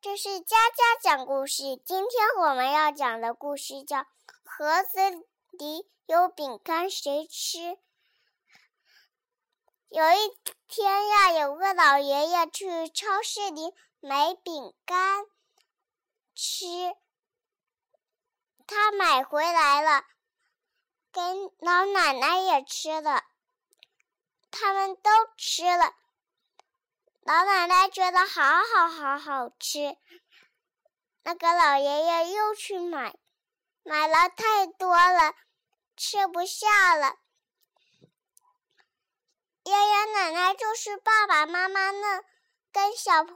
这是佳佳讲故事。今天我们要讲的故事叫《盒子里有饼干谁吃》。有一天呀，有个老爷爷去超市里买饼干吃，他买回来了，跟老奶奶也吃了，他们都吃了。老奶奶觉得好吃，那个老爷爷又去买了太多了，吃不下了。爷爷奶奶就是爸爸妈妈呢，跟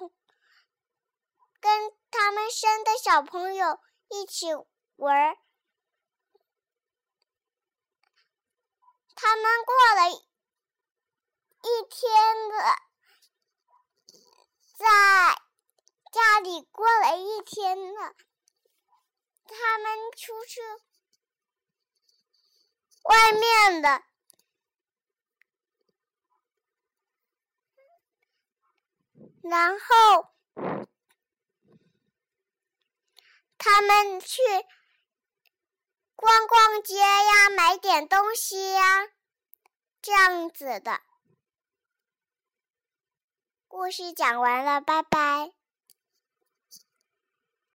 他们生的小朋友一起玩。他们过了一天了，在家里过了一天了，他们出去外面了。然后他们去逛逛街呀，买点东西呀，这样子的。故事讲完了，拜拜。